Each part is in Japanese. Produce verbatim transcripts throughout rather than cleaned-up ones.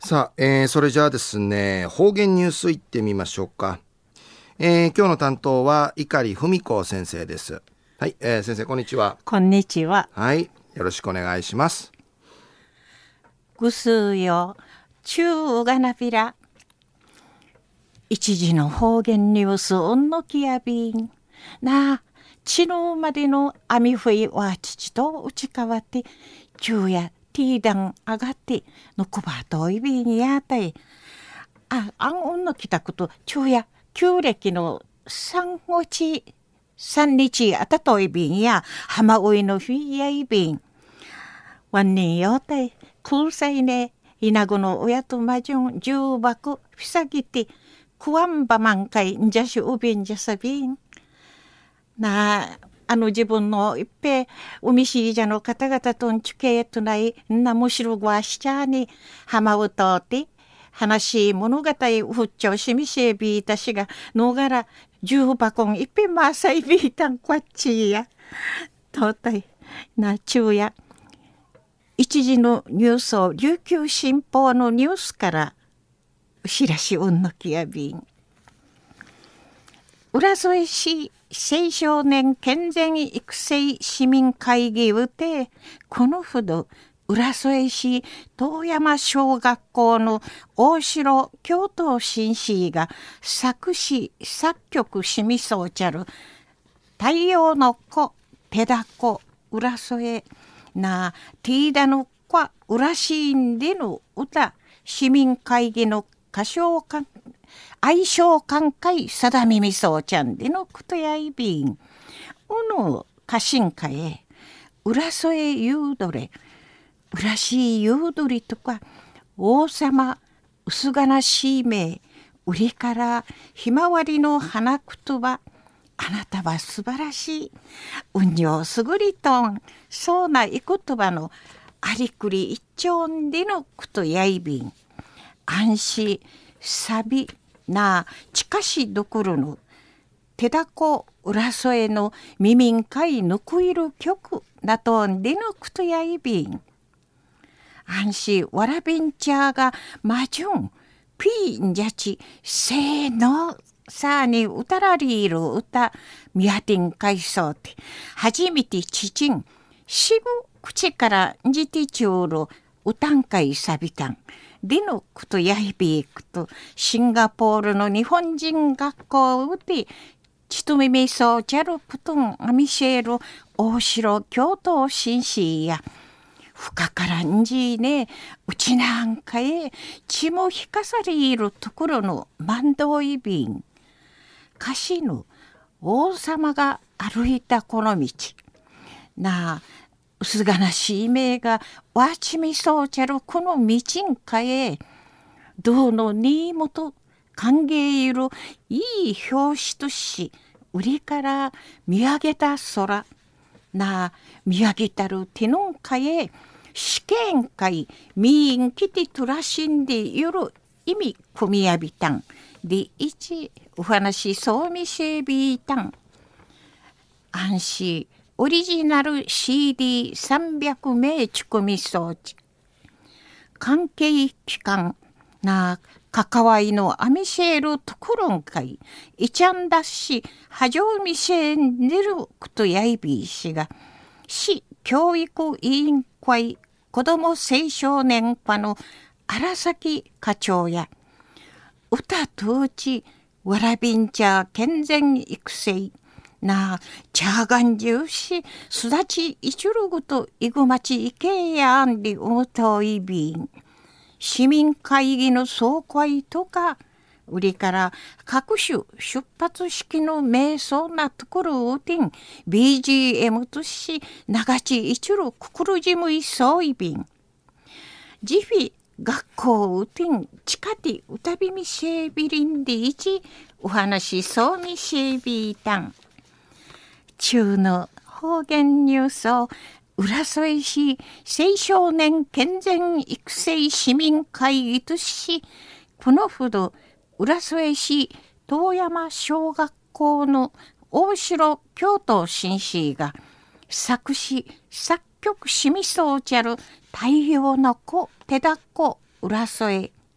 さあ、えー、それじゃあですね、方言ニュースいってみましょうか。えー、今日の担当は碇文子先生です。はい、えー、先生こんにちは。 こんにちは。 はい、よろしくお願いします。 ぐすうよ、ちゅうがなびら。一時の方言ニュースうんのきやびん。なあ、ちのまでの網ふいは父と打ち替わって、昼夜ティーダン上がって、のこばといびんやたい。あ、あんうんのきたこと、昼夜、旧暦の三五日、三日あたといびんや、浜ういの日やいびん。ワンニンよたい、くるさいね、いなごの親とまじゅん、重箱、ふさぎて、くわんばまんかいんじゃしうびんじゃさびん。なあ、あの自分のいっぺ海しいじゃの方々とんちけえとないなむしろごわしちゃに浜うとって、話物語ふっちょしみしえびいたしが、のがら重箱んいっぺんまさいびいたんこっちや。とうたい、な昼夜。一時のニュースを琉球新報のニュースから知らしうんのきやびん。浦添市青少年健全育成市民会議うて、このほど浦添市遠山小学校の大城教頭紳士が作詞作曲しみそうちゃる太陽の子手だこ浦添なティーダの子浦シーンでの歌市民会議の歌唱館愛称寛解さだみみそうちゃんでのことやいびんおの家臣会へ浦添ゆうどれ浦しいゆうどりとか王様薄がなしいめ売りからひまわりの花くとばあなたは素晴らしい運用すぐりとんそうない言葉のありくり一丁でのことやいびん安心サビな近しどころの手だこ浦添の耳んかいぬくいる曲なとんでのくとやいびん安心わらびんちゃがまじゅんピーンじゃちせーのさあにうたらりいる歌みやてんかいそうてはじめてちちんしぐ口からんじてちょうるうたんかいさびたんでのことやいびいくとシンガポールの日本人学校でちとめめそうちゃることんあみせる大城教頭紳士や深からんじねうちなんかへ血も引かされいるところの万道いびん歌詞の王様が歩いたこの道なあ薄がなしいめがわちみそうちゃるこの道んかへどうのにもと歓迎いるいい表紙とし売りから見上げた空なあ見上げたる手のんかへ試験会みんきてとらしんでよる意味組みやびたんでいちお話そうみせびたん安心オリジナル シーディーさんびゃく 名ち込み装置関係機関な関わいのアミシェルところんかいいちゃんだしはじょうみせんでることやいびいしが市教育委員会子ども青少年課の荒崎課長や歌とうちわらびんちゃ健全育成なあチャーガンジューシすだちいちゅるぐといぐまちいけやんりうといびん市民会議の総会とか売りから各種出発式の瞑想なところをてん ビージーエム とし長ちいちゅるくくるじむいそういびんジフィ学校うてんちかてうたびみせいびりんでいちお話そうみせいびいたん中の方言ニュースを浦添市青少年健全育成市民会議としこのほど浦添市遠山小学校の大城教頭紳士が作詞作曲しみそうちゃる太陽の子手だっこ浦添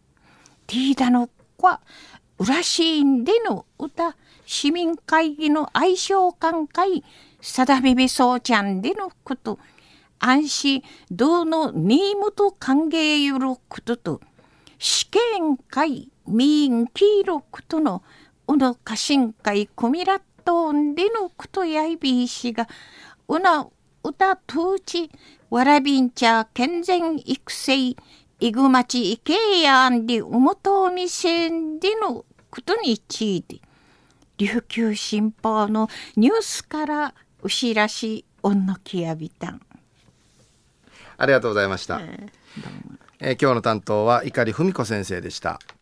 ティーダのは浦シーンでの歌市民会議の愛称寛会さだびびそうちゃんでのこと安心どのニームと歓迎ゆることと試験会民黄色ことのうの家臣会コミラットンでのことやいびいしがうな歌とうちわらびんちゃ健全育成いぐまちいけやんでうもとみせんでのことについて琉球新報のニュースからうしらしおんのきやびたん。 ありがとうございました、 えーえー今日の担当は碇文子先生でした。